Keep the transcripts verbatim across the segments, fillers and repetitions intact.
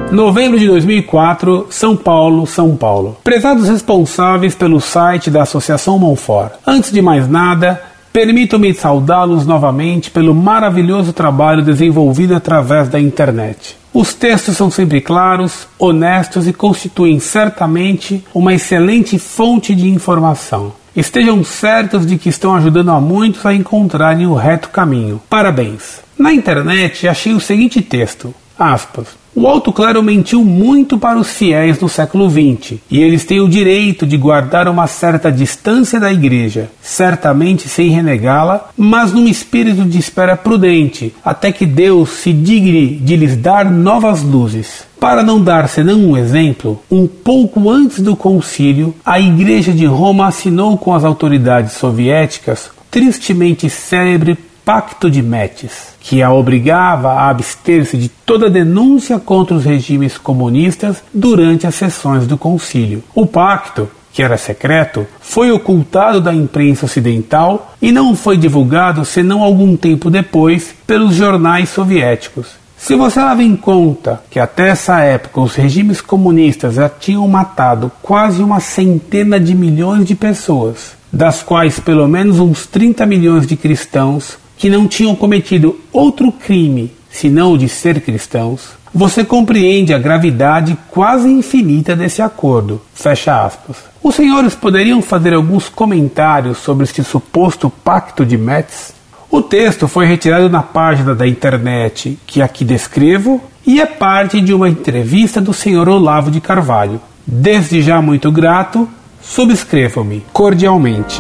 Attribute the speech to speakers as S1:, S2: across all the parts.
S1: Novembro de dois mil e quatro, São Paulo, São Paulo. Prezados responsáveis pelo site da Associação Monfort, antes de mais nada, permitam-me saudá-los novamente pelo maravilhoso trabalho desenvolvido através da internet. Os textos são sempre claros, honestos e constituem certamente uma excelente fonte de informação. Estejam certos de que estão ajudando a muitos a encontrarem o reto caminho. Parabéns! Na internet achei o seguinte texto, aspas, o Alto Clero mentiu muito para os fiéis no século vinte, e eles têm o direito de guardar uma certa distância da Igreja, certamente sem renegá-la, mas num espírito de espera prudente, até que Deus se digne de lhes dar novas luzes. Para não dar senão um exemplo, um pouco antes do concílio, a Igreja de Roma assinou com as autoridades soviéticas o tristemente célebre Pacto de Métis, que a obrigava a abster-se de toda denúncia contra os regimes comunistas durante as sessões do concílio. O pacto, que era secreto, foi ocultado da imprensa ocidental e não foi divulgado senão algum tempo depois pelos jornais soviéticos. Se você leva em conta que até essa época os regimes comunistas já tinham matado quase uma centena de milhões de pessoas, das quais pelo menos uns trinta milhões de cristãos que não tinham cometido outro crime senão o de ser cristãos, você compreende a gravidade quase infinita desse acordo. Fecha aspas. Os senhores poderiam fazer alguns comentários sobre este suposto Pacto de Metz? O texto foi retirado na página da internet que aqui descrevo e é parte de uma entrevista do senhor Olavo de Carvalho. Desde já muito grato, subscrevam-me cordialmente.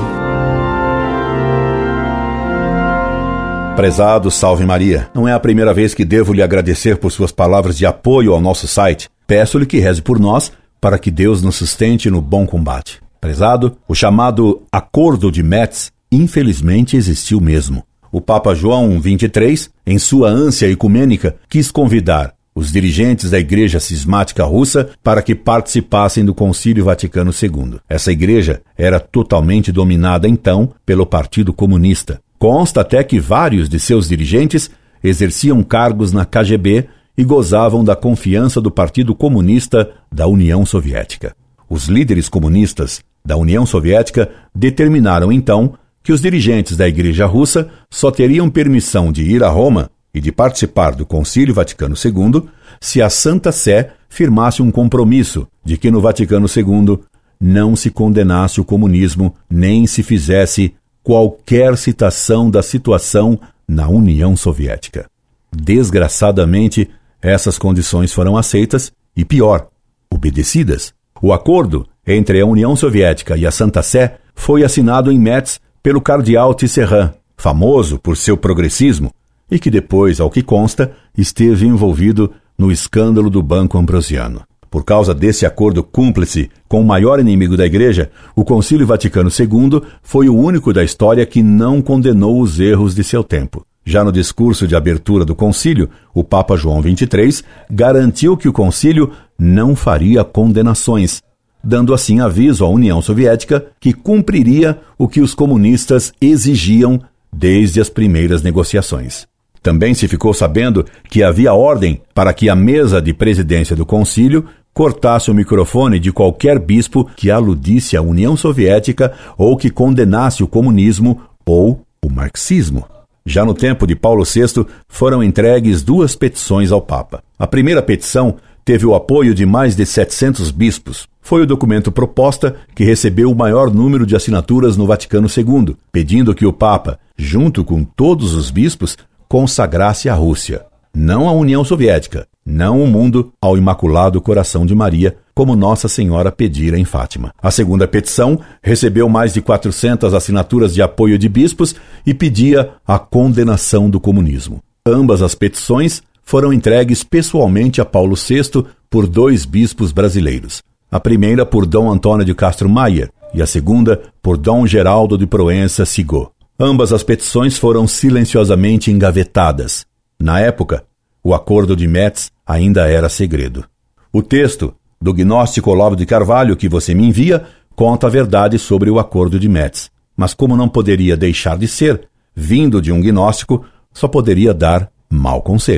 S2: Prezado Salve Maria, não é a primeira vez que devo lhe agradecer por suas palavras de apoio ao nosso site. Peço-lhe que reze por nós, para que Deus nos sustente no bom combate. Prezado, o chamado Acordo de Metz, infelizmente existiu mesmo. O Papa João vinte e três, em sua ânsia ecumênica, quis convidar os dirigentes da Igreja Cismática Russa para que participassem do Concílio Vaticano segundo. Essa igreja era totalmente dominada então pelo Partido Comunista. Consta até que vários de seus dirigentes exerciam cargos na K G B e gozavam da confiança do Partido Comunista da União Soviética. Os líderes comunistas da União Soviética determinaram então que os dirigentes da Igreja Russa só teriam permissão de ir a Roma e de participar do Concílio Vaticano segundo se a Santa Sé firmasse um compromisso de que no Vaticano segundo não se condenasse o comunismo nem se fizesse qualquer citação da situação na União Soviética. Desgraçadamente, essas condições foram aceitas e, pior, obedecidas. O acordo entre a União Soviética e a Santa Sé foi assinado em Metz pelo cardeal Tisserand, famoso por seu progressismo, e que depois, ao que consta, esteve envolvido no escândalo do Banco Ambrosiano. Por causa desse acordo cúmplice com o maior inimigo da Igreja, o Concílio Vaticano segundo foi o único da história que não condenou os erros de seu tempo. Já no discurso de abertura do concílio, o Papa João vinte e três garantiu que o concílio não faria condenações, dando assim aviso à União Soviética que cumpriria o que os comunistas exigiam desde as primeiras negociações. Também se ficou sabendo que havia ordem para que a mesa de presidência do concílio cortasse o microfone de qualquer bispo que aludisse à União Soviética ou que condenasse o comunismo ou o marxismo. Já no tempo de Paulo sexto, foram entregues duas petições ao Papa. A primeira petição teve o apoio de mais de setecentos bispos. Foi o documento proposta que recebeu o maior número de assinaturas no Vaticano segundo, pedindo que o Papa, junto com todos os bispos, consagrasse a Rússia, não a União Soviética, não o mundo ao Imaculado Coração de Maria, como Nossa Senhora pedira em Fátima. A segunda petição recebeu mais de quatrocentas assinaturas de apoio de bispos e pedia a condenação do comunismo. Ambas as petições foram entregues pessoalmente a Paulo sexto por dois bispos brasileiros. A primeira por Dom Antônio de Castro Maia e a segunda por Dom Geraldo de Proença Sigot. Ambas as petições foram silenciosamente engavetadas. Na época, o Acordo de Metz ainda era segredo. O texto do gnóstico Olavo de Carvalho que você me envia conta a verdade sobre o Acordo de Metz, mas como não poderia deixar de ser, vindo de um gnóstico, só poderia dar mau conselho.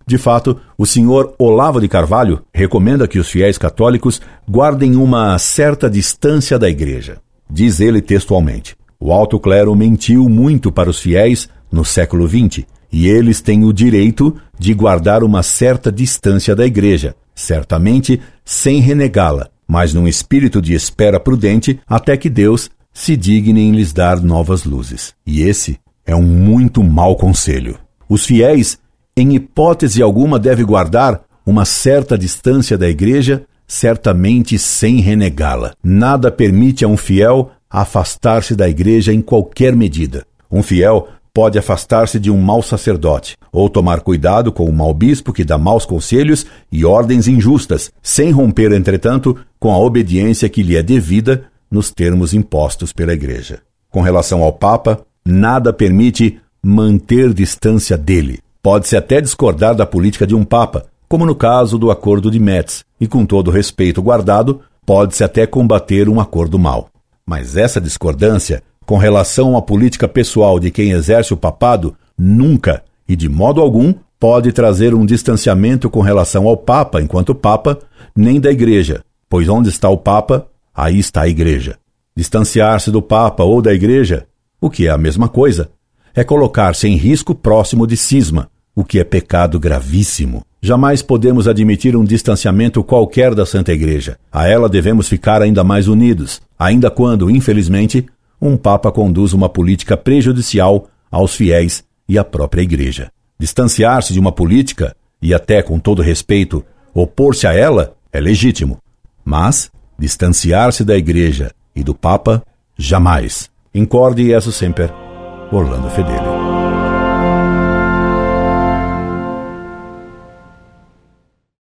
S2: De fato, o senhor Olavo de Carvalho recomenda que os fiéis católicos guardem uma certa distância da Igreja. Diz ele textualmente: o alto clero mentiu muito para os fiéis no século vinte, e eles têm o direito de guardar uma certa distância da Igreja, certamente sem renegá-la, mas num espírito de espera prudente até que Deus se digne em lhes dar novas luzes. E esse é um muito mau conselho. Os fiéis, em hipótese alguma, devem guardar uma certa distância da Igreja, certamente sem renegá-la. Nada permite a um fiel afastar-se da Igreja em qualquer medida. Um fiel pode afastar-se de um mau sacerdote, ou tomar cuidado com um mau bispo que dá maus conselhos e ordens injustas, sem romper, entretanto, com a obediência que lhe é devida nos termos impostos pela Igreja. Com relação ao Papa, nada permite manter distância dele. Pode-se até discordar da política de um Papa, como no caso do Acordo de Metz, e com todo o respeito guardado, pode-se até combater um acordo mau. Mas essa discordância, com relação à política pessoal de quem exerce o papado, nunca, e de modo algum, pode trazer um distanciamento com relação ao Papa enquanto Papa, nem da Igreja, pois onde está o Papa, aí está a Igreja. Distanciar-se do Papa ou da Igreja, o que é a mesma coisa, é colocar-se em risco próximo de cisma, o que é pecado gravíssimo. Jamais podemos admitir um distanciamento qualquer da Santa Igreja. A ela devemos ficar ainda mais unidos, ainda quando, infelizmente, um Papa conduz uma política prejudicial aos fiéis e à própria Igreja. Distanciar-se de uma política, e até com todo respeito, opor-se a ela, é legítimo. Mas distanciar-se da Igreja e do Papa, jamais. Incorde Jesus Semper, Orlando Fedeli.